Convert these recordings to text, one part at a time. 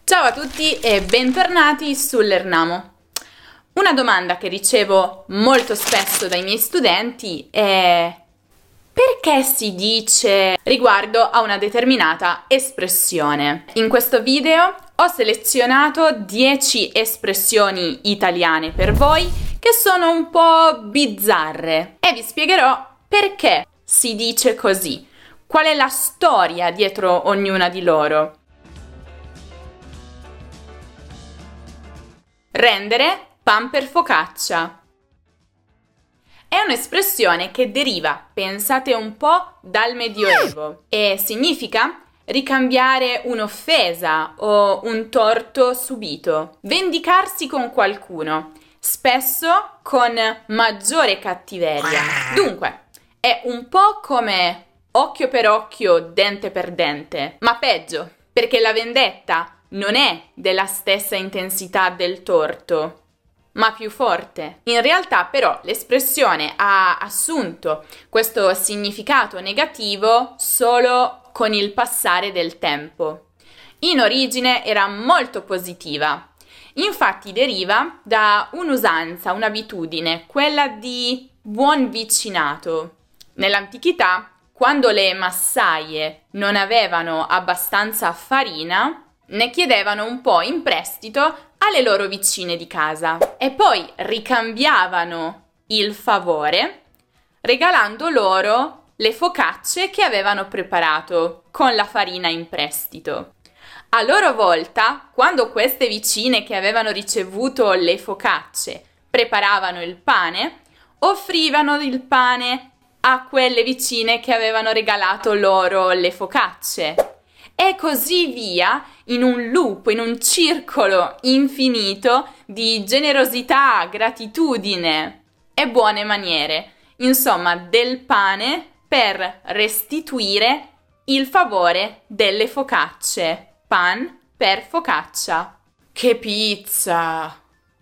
Ciao a tutti e bentornati su Lernamo. Una domanda che ricevo molto spesso dai miei studenti è: perché si dice riguardo a una determinata espressione? In questo video ho selezionato 10 espressioni italiane per voi che sono un po' bizzarre e vi spiegherò perché si dice così, qual è la storia dietro ognuna di loro. Rendere pan per focaccia. È un'espressione che deriva, pensate un po', dal Medioevo e significa ricambiare un'offesa o un torto subito, vendicarsi con qualcuno, spesso con maggiore cattiveria. Dunque, è un po' come occhio per occhio, dente per dente, ma peggio, perché la vendetta non è della stessa intensità del torto, ma più forte. In realtà però l'espressione ha assunto questo significato negativo solo con il passare del tempo. In origine era molto positiva. Infatti deriva da un'usanza, un'abitudine, quella di buon vicinato. Nell'antichità, quando le massaie non avevano abbastanza farina, ne chiedevano un po' in prestito alle loro vicine di casa e poi ricambiavano il favore regalando loro le focacce che avevano preparato con la farina in prestito. A loro volta, quando queste vicine che avevano ricevuto le focacce preparavano il pane, offrivano il pane a quelle vicine che avevano regalato loro le focacce. E così via, in un loop, in un circolo infinito di generosità, gratitudine e buone maniere. Insomma, del pane per restituire il favore delle focacce. Pan per focaccia. Che pizza!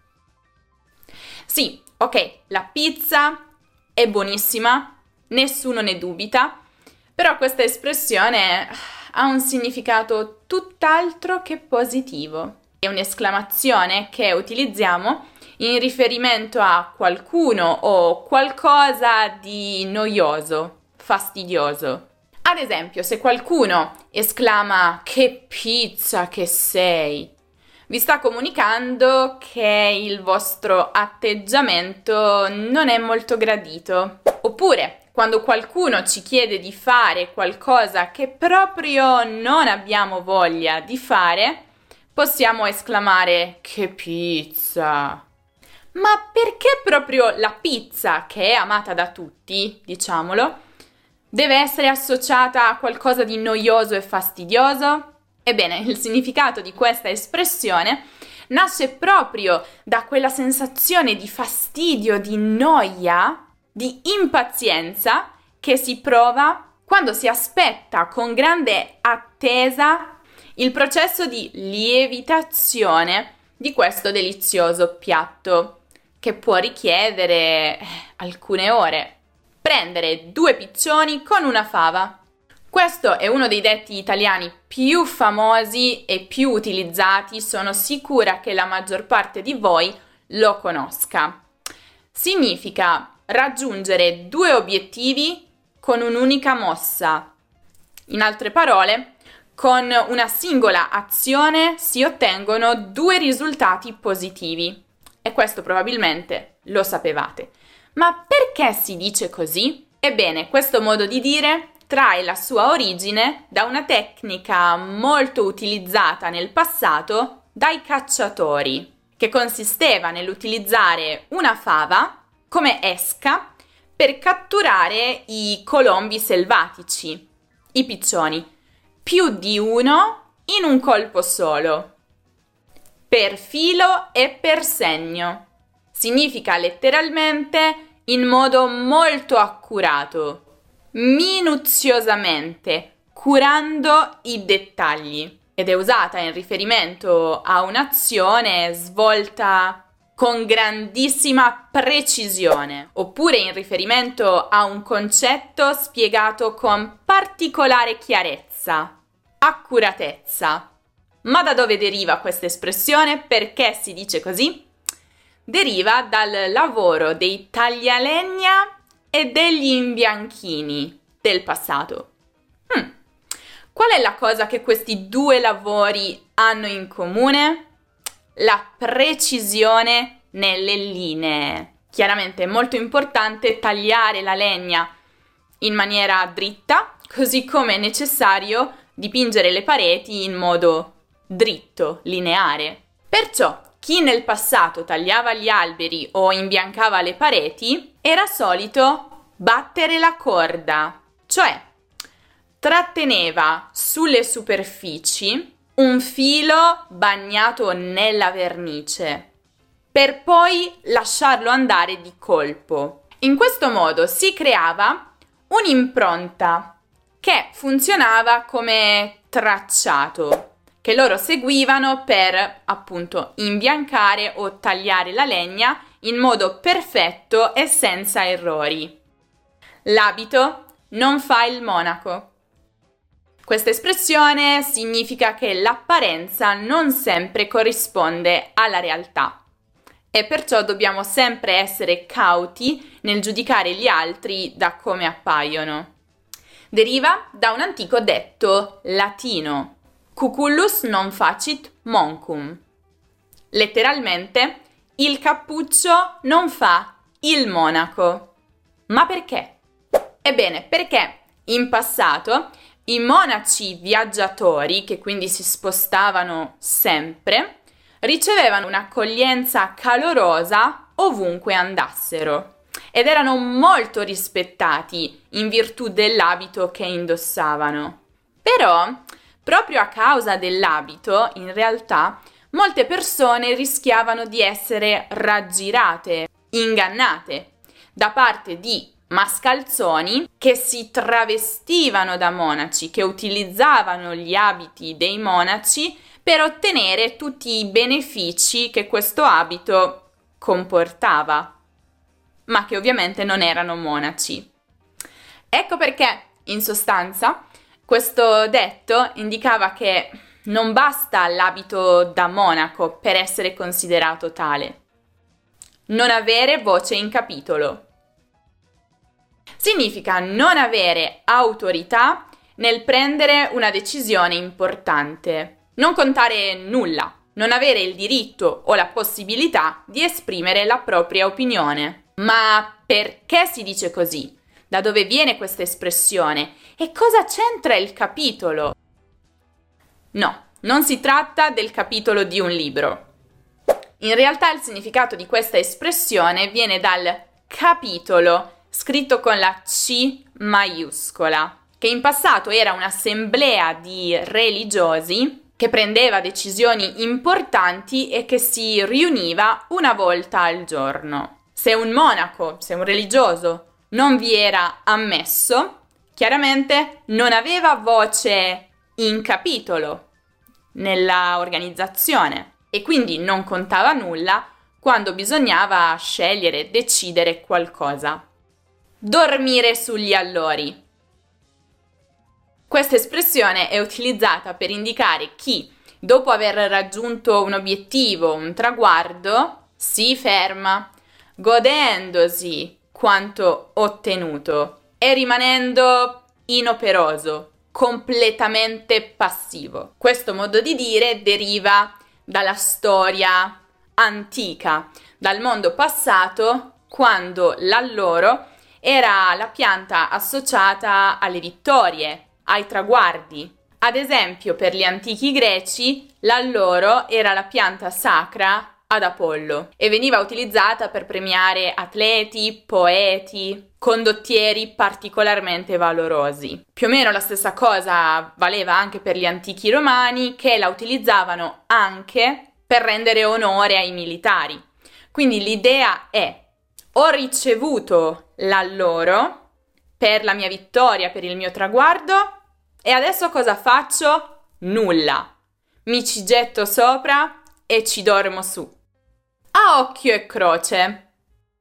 Sì, ok, la pizza è buonissima, nessuno ne dubita, però questa espressione ha un significato tutt'altro che positivo. È un'esclamazione che utilizziamo in riferimento a qualcuno o qualcosa di noioso, fastidioso. Ad esempio, se qualcuno esclama "che pizza che sei", vi sta comunicando che il vostro atteggiamento non è molto gradito. Oppure, quando qualcuno ci chiede di fare qualcosa che proprio non abbiamo voglia di fare, possiamo esclamare "che pizza". Ma perché proprio la pizza, che è amata da tutti, diciamolo, deve essere associata a qualcosa di noioso e fastidioso? Ebbene, il significato di questa espressione nasce proprio da quella sensazione di fastidio, di noia, di impazienza che si prova quando si aspetta con grande attesa il processo di lievitazione di questo delizioso piatto, che può richiedere alcune ore. Prendere 2 piccioni con una fava. Questo è uno dei detti italiani più famosi e più utilizzati, sono sicura che la maggior parte di voi lo conosca. Significa raggiungere 2 obiettivi con un'unica mossa. In altre parole, con una singola azione si ottengono 2 risultati positivi. E questo probabilmente lo sapevate. Ma perché si dice così? Ebbene, questo modo di dire trae la sua origine da una tecnica molto utilizzata nel passato dai cacciatori, che consisteva nell'utilizzare una fava come esca per catturare i colombi selvatici, i piccioni, più di uno in un colpo solo, per filo e per segno. Significa letteralmente in modo molto accurato, minuziosamente, curando i dettagli, ed è usata in riferimento a un'azione svolta con grandissima precisione, oppure in riferimento a un concetto spiegato con particolare chiarezza, accuratezza. Ma da dove deriva questa espressione? Perché si dice così? Deriva dal lavoro dei taglialegna e degli imbianchini del passato. Qual è la cosa che questi due lavori hanno in comune? La precisione nelle linee. Chiaramente è molto importante tagliare la legna in maniera dritta, così come è necessario dipingere le pareti in modo dritto, lineare. Perciò chi nel passato tagliava gli alberi o imbiancava le pareti era solito battere la corda, cioè tratteneva sulle superfici un filo bagnato nella vernice per poi lasciarlo andare di colpo. In questo modo si creava un'impronta che funzionava come tracciato che loro seguivano per appunto imbiancare o tagliare la legna in modo perfetto e senza errori. L'abito non fa il monaco. Questa espressione significa che l'apparenza non sempre corrisponde alla realtà e perciò dobbiamo sempre essere cauti nel giudicare gli altri da come appaiono. Deriva da un antico detto latino: Cucullus non facit moncum. Letteralmente, il cappuccio non fa il monaco. Ma perché? Ebbene, perché in passato i monaci viaggiatori, che quindi si spostavano sempre, ricevevano un'accoglienza calorosa ovunque andassero ed erano molto rispettati in virtù dell'abito che indossavano. Però, proprio a causa dell'abito, in realtà, molte persone rischiavano di essere raggirate, ingannate da parte di mascalzoni che si travestivano da monaci, che utilizzavano gli abiti dei monaci per ottenere tutti i benefici che questo abito comportava, ma che ovviamente non erano monaci. Ecco perché, in sostanza, questo detto indicava che non basta l'abito da monaco per essere considerato tale. Non avere voce in capitolo. Significa non avere autorità nel prendere una decisione importante, non contare nulla, non avere il diritto o la possibilità di esprimere la propria opinione. Ma perché si dice così? Da dove viene questa espressione? E cosa c'entra il capitolo? No, non si tratta del capitolo di un libro. In realtà il significato di questa espressione viene dal capitolo, scritto con la C maiuscola, che in passato era un'assemblea di religiosi che prendeva decisioni importanti e che si riuniva una volta al giorno. Se un monaco, se un religioso non vi era ammesso, chiaramente non aveva voce in capitolo nella organizzazione e quindi non contava nulla quando bisognava scegliere, decidere qualcosa. Dormire sugli allori. Questa espressione è utilizzata per indicare chi, dopo aver raggiunto un obiettivo, un traguardo, si ferma, godendosi quanto ottenuto e rimanendo inoperoso, completamente passivo. Questo modo di dire deriva dalla storia antica, dal mondo passato, quando l'alloro era la pianta associata alle vittorie, ai traguardi. Ad esempio, per gli antichi greci, l'alloro era la pianta sacra ad Apollo e veniva utilizzata per premiare atleti, poeti, condottieri particolarmente valorosi. Più o meno la stessa cosa valeva anche per gli antichi romani, che la utilizzavano anche per rendere onore ai militari. Quindi l'idea è: ho ricevuto l'alloro per la mia vittoria, per il mio traguardo, e adesso cosa faccio? Nulla. Mi ci getto sopra e ci dormo su. A occhio e croce.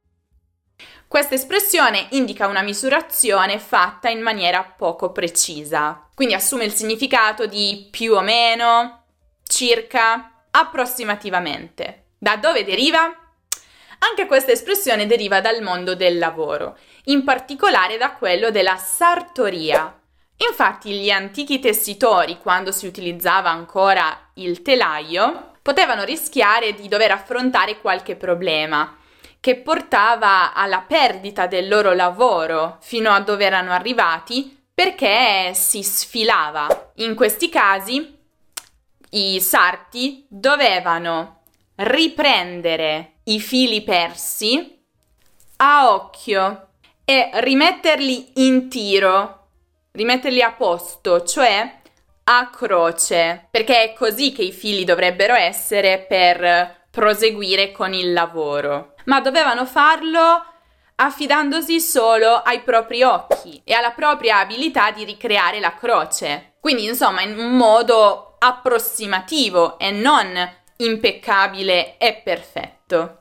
Questa espressione indica una misurazione fatta in maniera poco precisa, quindi assume il significato di più o meno, circa, approssimativamente. Da dove deriva? Anche questa espressione deriva dal mondo del lavoro, in particolare da quello della sartoria. Infatti gli antichi tessitori, quando si utilizzava ancora il telaio, potevano rischiare di dover affrontare qualche problema che portava alla perdita del loro lavoro fino a dove erano arrivati perché si sfilava. In questi casi i sarti dovevano riprendere i fili persi a occhio e rimetterli in tiro, rimetterli a posto, cioè a croce, perché è così che i fili dovrebbero essere per proseguire con il lavoro. Ma dovevano farlo affidandosi solo ai propri occhi e alla propria abilità di ricreare la croce. Quindi, insomma, in un modo approssimativo e non impeccabile e perfetto.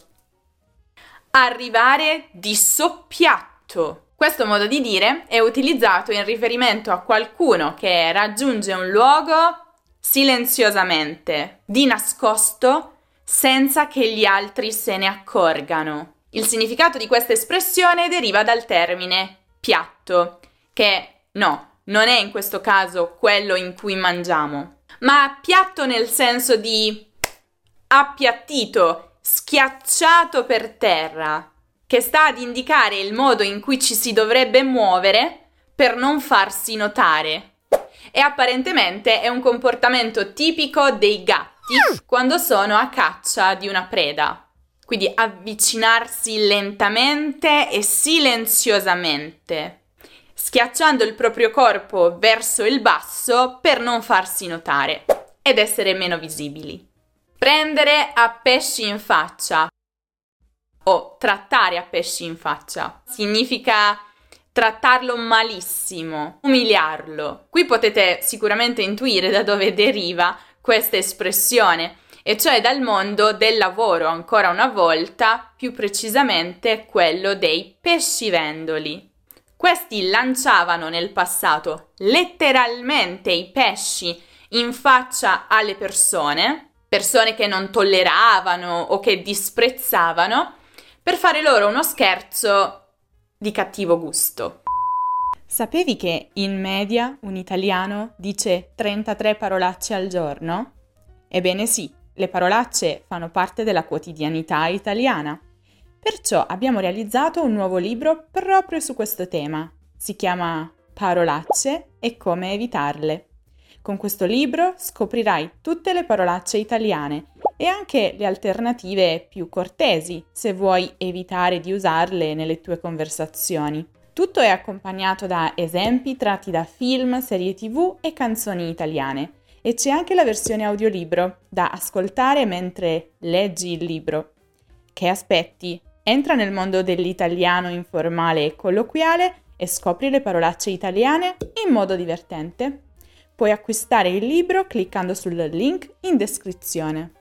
Arrivare di soppiatto. Questo modo di dire è utilizzato in riferimento a qualcuno che raggiunge un luogo silenziosamente, di nascosto, senza che gli altri se ne accorgano. Il significato di questa espressione deriva dal termine piatto, che non è in questo caso quello in cui mangiamo, ma piatto nel senso di appiattito, schiacciato per terra, che sta ad indicare il modo in cui ci si dovrebbe muovere per non farsi notare. E apparentemente è un comportamento tipico dei gatti quando sono a caccia di una preda. Quindi avvicinarsi lentamente e silenziosamente, schiacciando il proprio corpo verso il basso per non farsi notare ed essere meno visibili. Prendere a pesci in faccia o trattare a pesci in faccia significa trattarlo malissimo, umiliarlo. Qui potete sicuramente intuire da dove deriva questa espressione, e cioè dal mondo del lavoro, ancora una volta, più precisamente quello dei pescivendoli. Questi lanciavano nel passato letteralmente i pesci in faccia alle persone che non tolleravano o che disprezzavano, per fare loro uno scherzo di cattivo gusto. Sapevi che in media un italiano dice 33 parolacce al giorno? Ebbene sì, le parolacce fanno parte della quotidianità italiana. Perciò abbiamo realizzato un nuovo libro proprio su questo tema. Si chiama Parolacce e come evitarle. Con questo libro scoprirai tutte le parolacce italiane e anche le alternative più cortesi se vuoi evitare di usarle nelle tue conversazioni. Tutto è accompagnato da esempi tratti da film, serie TV e canzoni italiane. E c'è anche la versione audiolibro da ascoltare mentre leggi il libro. Che aspetti? Entra nel mondo dell'italiano informale e colloquiale e scopri le parolacce italiane in modo divertente. Puoi acquistare il libro cliccando sul link in descrizione.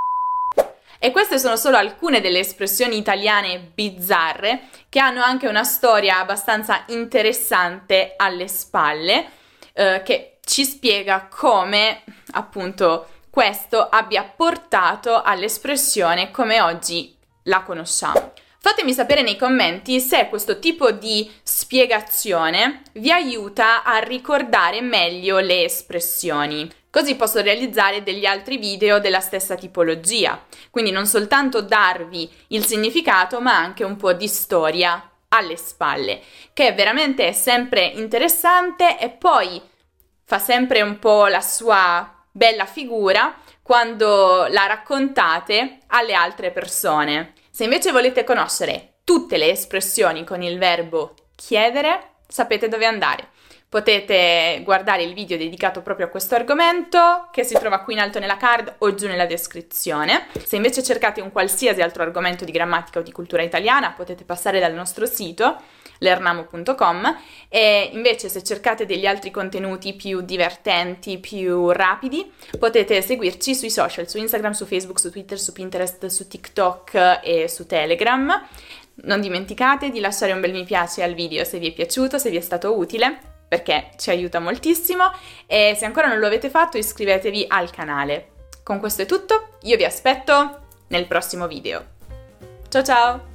E queste sono solo alcune delle espressioni italiane bizzarre che hanno anche una storia abbastanza interessante alle spalle, che ci spiega come appunto questo abbia portato all'espressione come oggi la conosciamo. Fatemi sapere nei commenti se questo tipo di spiegazione vi aiuta a ricordare meglio le espressioni. Così posso realizzare degli altri video della stessa tipologia. Quindi non soltanto darvi il significato, ma anche un po' di storia alle spalle, che veramente è sempre interessante e poi fa sempre un po' la sua bella figura quando la raccontate alle altre persone. Se invece volete conoscere tutte le espressioni con il verbo chiedere, sapete dove andare. Potete guardare il video dedicato proprio a questo argomento, che si trova qui in alto nella card o giù nella descrizione. Se invece cercate un qualsiasi altro argomento di grammatica o di cultura italiana, potete passare dal nostro sito learnamo.com, e invece se cercate degli altri contenuti più divertenti, più rapidi, potete seguirci sui social, su Instagram, su Facebook, su Twitter, su Pinterest, su TikTok e su Telegram. Non dimenticate di lasciare un bel mi piace al video se vi è piaciuto, se vi è stato utile, perché ci aiuta moltissimo, e se ancora non lo avete fatto iscrivetevi al canale. Con questo è tutto, io vi aspetto nel prossimo video. Ciao ciao!